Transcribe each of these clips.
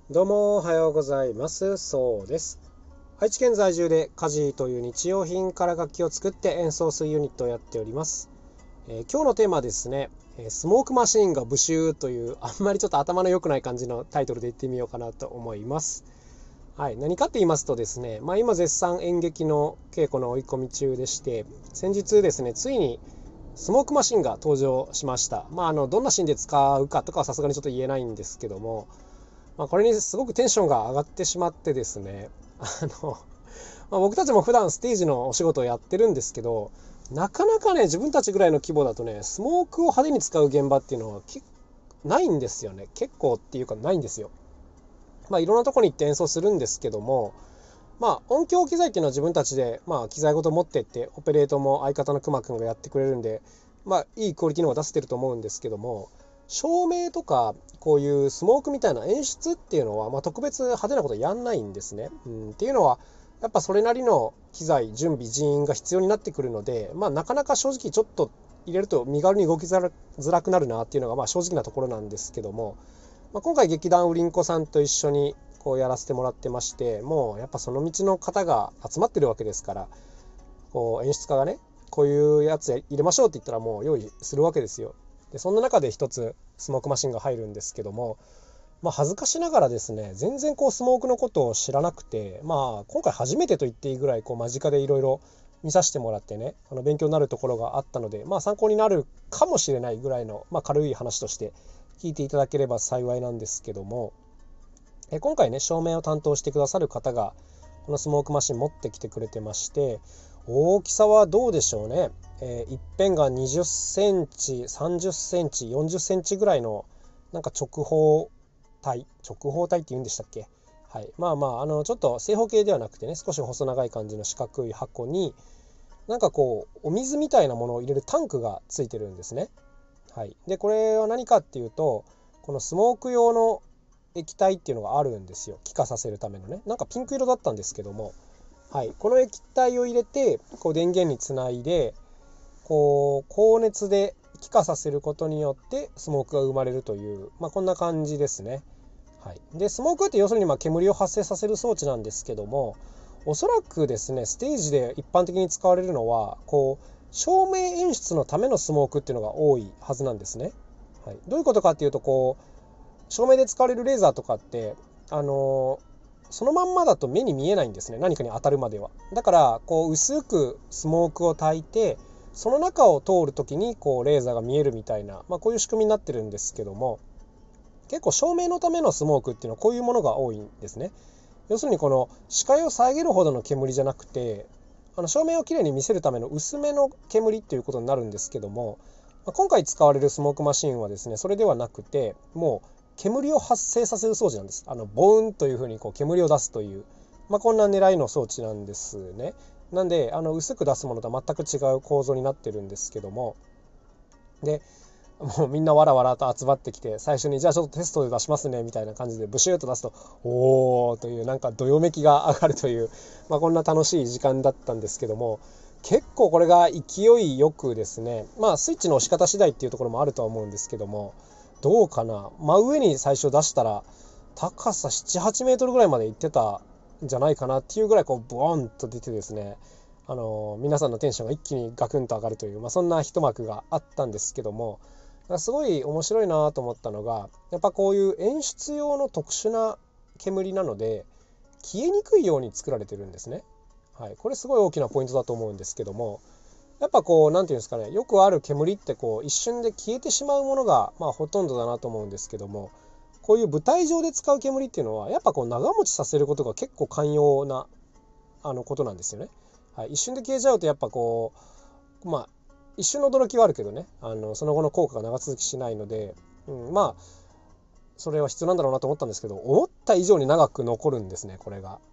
どうもおはようございます。そうです。愛知県在住で家事という日用品から楽器を作って演奏するユニットをやっております。今日のテーマはですね、スモークマシーンがブシューというあんまりちょっと頭の良くない感じのタイトルで言ってみようかなと思います。はい、何かって言いますとですね、今絶賛演劇の稽古の追い込み中でして、先日ですね、ついにスモークマシンが登場しました。どんなシーンで使うかとかはさすがにちょっと言えないんですけども、これにすごくテンションが上がってしまってですね、僕たちも普段ステージのお仕事をやってるんですけど、なかなかね、自分たちぐらいの規模だとね、スモークを派手に使う現場っていうのはないんですよね。結構っていうかないんですよ。いろんなとこに行って演奏するんですけども、音響機材っていうのは自分たちで、機材ごと持ってって、オペレートも相方のくまくんがやってくれるんで、いいクオリティの方が出せてると思うんですけども、照明とか、こういうスモークみたいな演出っていうのは、特別派手なことやんないんですね。っていうのは、やっぱそれなりの機材、準備、人員が必要になってくるので、なかなか正直ちょっと入れると身軽に動きづらくなるなっていうのが、正直なところなんですけども、今回劇団ウリンコさんと一緒にこうやらせてもらってまして、もうやっぱその道の方が集まってるわけですから、こう演出家がね、こういうやつ入れましょうって言ったらもう用意するわけですよ。でそんな中で一つスモークマシンが入るんですけども、恥ずかしながらですね、全然こうスモークのことを知らなくて、今回初めてと言っていいぐらいこう間近でいろいろ見させてもらってね、勉強になるところがあったので、参考になるかもしれないぐらいの、軽い話として聞いていただければ幸いなんですけども、今回ね、照明を担当してくださる方がこのスモークマシン持ってきてくれてまして、大きさはどうでしょうね、一辺が20センチ30センチ40センチぐらいのなんか直方体って言うんでしたっけ。はい、ちょっと正方形ではなくてね、少し細長い感じの四角い箱に、なんかこうお水みたいなものを入れるタンクがついてるんですね。はい、でこれは何かっていうと、このスモーク用の液体っていうのがあるんですよ。気化させるためのね、なんかピンク色だったんですけども、はい、この液体を入れてこう電源につないで、こう高熱で気化させることによってスモークが生まれるという、こんな感じですね。はい、でスモークって要するに煙を発生させる装置なんですけども、おそらくですね、ステージで一般的に使われるのはこう照明演出のためのスモークっていうのが多いはずなんですね。はい、どういうことかっていうと、こう照明で使われるレーザーとかって、そのまんまだと目に見えないんですね、何かに当たるまでは。だからこう薄くスモークを焚いて、その中を通るときにこうレーザーが見えるみたいな、こういう仕組みになってるんですけども、結構照明のためのスモークっていうのはこういうものが多いんですね。要するにこの視界を遮るほどの煙じゃなくて、照明をきれいに見せるための薄めの煙っていうことになるんですけども、今回使われるスモークマシンはですね、それではなくて、もう煙を発生させる装置なんです。ボーンというふうにこう煙を出すという、こんな狙いの装置なんですね。なんで薄く出すものとは全く違う構造になってるんですけども、でもうみんなわらわらと集まってきて、最初にじゃあちょっとテストで出しますねみたいな感じでブシューと出すと、おーというなんかどよめきが上がるという、こんな楽しい時間だったんですけども、結構これが勢いよくですね、スイッチの押し方次第っていうところもあるとは思うんですけども、どうかな、真上に最初出したら高さ7、8メートルぐらいまで行ってたんじゃないかなっていうぐらいこうボーンと出てですね、皆さんのテンションが一気にガクンと上がるという、そんな一幕があったんですけども、すごい面白いなと思ったのが、やっぱこういう演出用の特殊な煙なので消えにくいように作られてるんですね。はい、これすごい大きなポイントだと思うんですけども、やっぱこうなんていうんですかね、よくある煙ってこう一瞬で消えてしまうものがほとんどだなと思うんですけども、こういう舞台上で使う煙っていうのはやっぱこう長持ちさせることが結構寛容なことなんですよね。はい、一瞬で消えちゃうとやっぱこう一瞬の驚きはあるけどね、その後の効果が長続きしないので、それは必要なんだろうなと思ったんですけど、思った以上に長く残るんですね、これが。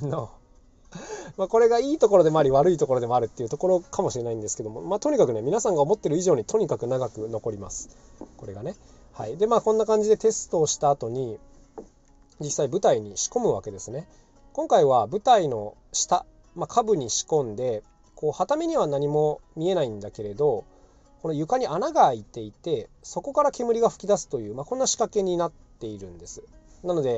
これがいいところでもあり悪いところでもあるっていうところかもしれないんですけども、とにかくね、皆さんが思ってる以上にとにかく長く残ります、これがね。はい、でこんな感じでテストをした後に実際舞台に仕込むわけですね。今回は舞台の下、下部に仕込んで、こうはためには何も見えないんだけれど、この床に穴が開いていて、そこから煙が吹き出すという、こんな仕掛けになっているんです。なので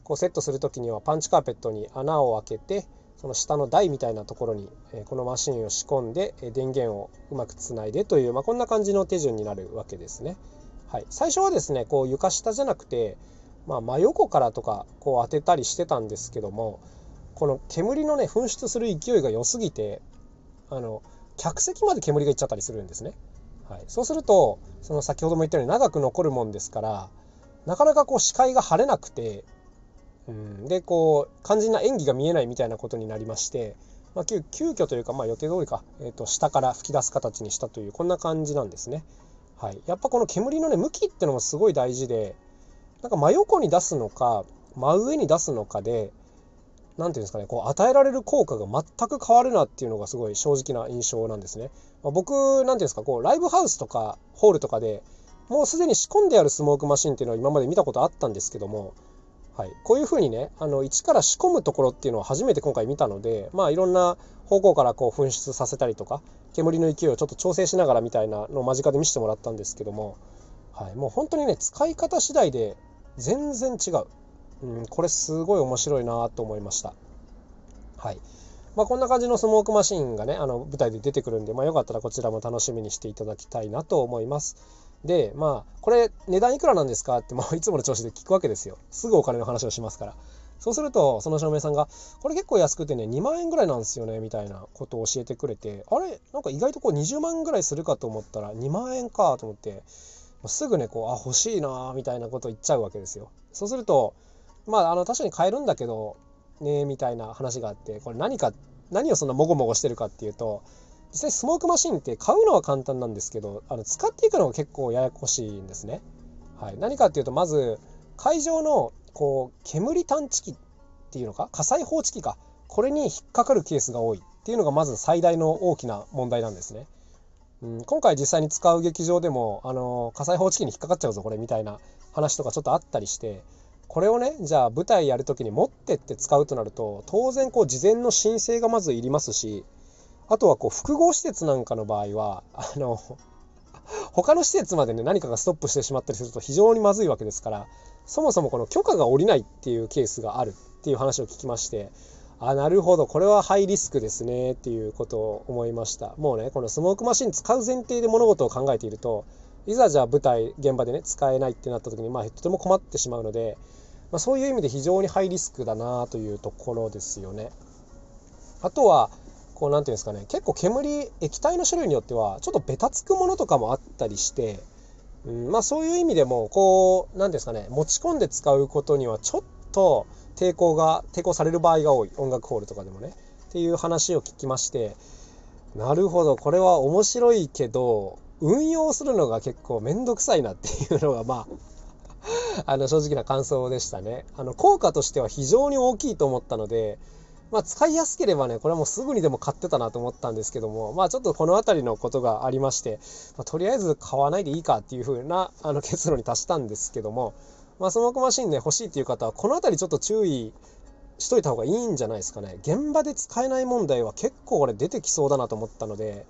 こうセットする時にはパンチカーペットに穴を開けて、その下の台みたいなところにこのマシンを仕込んで電源をうまくつないでという、こんな感じの手順になるわけですね。はい、最初はですね、こう床下じゃなくて、真横からとかこう当てたりしてたんですけども、この煙のね噴出する勢いが良すぎて、客席まで煙がいっちゃったりするんですね。はい、そうすると、その先ほども言ったように長く残るもんですから、なかなかこう視界が晴れなくて、でこう肝心な演技が見えないみたいなことになりまして、急遽というか、予定通りか、下から吹き出す形にしたという、こんな感じなんですね。はい、やっぱこの煙のね向きってのもすごい大事で、なんか真横に出すのか真上に出すのかで、なんていうんですかね、こう与えられる効果が全く変わるなっていうのがすごい正直な印象なんですね。僕、なんていうんですか、こうライブハウスとかホールとかでもうすでに仕込んであるスモークマシンっていうのは今まで見たことあったんですけども、はい、こういうふうにね、一から仕込むところっていうのを初めて今回見たので、いろんな方向からこう噴出させたりとか、煙の勢いをちょっと調整しながらみたいなのを間近で見せてもらったんですけども、はい、もう本当にね、使い方次第で全然違う。これすごい面白いなと思いました。はい。こんな感じのスモークマシンがね、舞台で出てくるんで、よかったらこちらも楽しみにしていただきたいなと思います。で、これ値段いくらなんですかっていつもの調子で聞くわけですよ。すぐお金の話をしますから。そうすると、その照明さんが、これ結構安くてね、2万円ぐらいなんですよね、みたいなことを教えてくれて、あれなんか意外とこう20万ぐらいするかと思ったら2万円かと思って、すぐね、こう、欲しいなみたいなことを言っちゃうわけですよ。そうすると、確かに買えるんだけど、ね、みたいな話があって、これ何をそんなもごもごしてるかっていうと、実際スモークマシンって買うのは簡単なんですけど、使っていくのが結構ややこしいんですね。はい、何かっていうと、まず会場のこう煙探知機っていうのか、火災報知器か、これに引っかかるケースが多いっていうのがまず最大の大きな問題なんですね。今回実際に使う劇場でも火災報知器に引っかかっちゃうぞこれみたいな話とかちょっとあったりして、これをね、じゃあ舞台やるときに持ってって使うとなると、当然こう事前の申請がまずいりますし、あとはこう複合施設なんかの場合は他の施設までね何かがストップしてしまったりすると非常にまずいわけですから、そもそもこの許可が下りないっていうケースがあるっていう話を聞きまして、なるほど、これはハイリスクですねっていうことを思いました。もうね、このスモークマシン使う前提で物事を考えていると、いざじゃあ舞台現場でね使えないってなった時にとても困ってしまうので、そういう意味で非常にハイリスクだなというところですよね。あとはこうなんていうんですかね、結構液体の種類によってはちょっとベタつくものとかもあったりして、そういう意味でもこうなんですかね、持ち込んで使うことにはちょっと抵抗される場合が多い、音楽ホールとかでもねっていう話を聞きまして、なるほど、これは面白いけど運用するのが結構めんどくさいなっていうのが正直な感想でしたね。効果としては非常に大きいと思ったので、使いやすければね、これはもうすぐにでも買ってたなと思ったんですけども、ちょっとこの辺りのことがありまして、とりあえず買わないでいいかっていう風な結論に達したんですけども、スモークマシンね、欲しいっていう方は、この辺りちょっと注意しといた方がいいんじゃないですかね。現場で使えない問題は結構これ出てきそうだなと思ったので、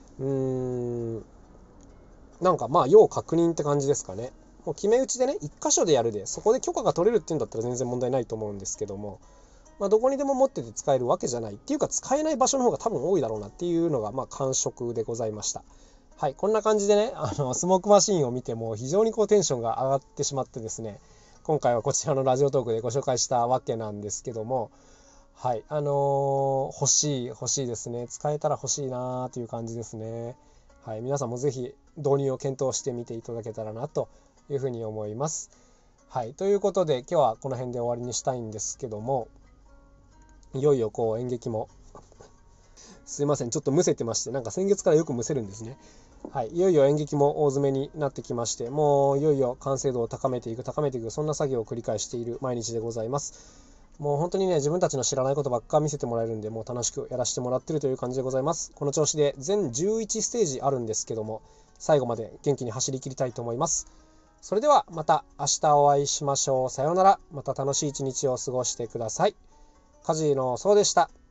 なんか要確認って感じですかね。もう決め打ちでね、一箇所でやるで、そこで許可が取れるっていうんだったら全然問題ないと思うんですけども、どこにでも持ってて使えるわけじゃないっていうか、使えない場所の方が多分多いだろうなっていうのが感触でございました。はい、こんな感じでね、スモークマシーンを見ても非常にこうテンションが上がってしまってですね、今回はこちらのラジオトークでご紹介したわけなんですけども、はい、欲しいですね。使えたら欲しいなという感じですね。はい、皆さんもぜひ導入を検討してみていただけたらなというふうに思います。はい、ということで今日はこの辺で終わりにしたいんですけども、いよいよこう演劇もすいません、ちょっとむせてまして、なんか先月からよくむせるんですね。はい、いよいよ演劇も大詰めになってきまして、もういよいよ完成度を高めていく、そんな作業を繰り返している毎日でございます。もう本当にね、自分たちの知らないことばっか見せてもらえるんで、もう楽しくやらせてもらってるという感じでございます。この調子で全11ステージあるんですけども、最後まで元気に走り切りたいと思います。それではまた明日お会いしましょう。さようなら。また楽しい一日を過ごしてください。カジのそうでした。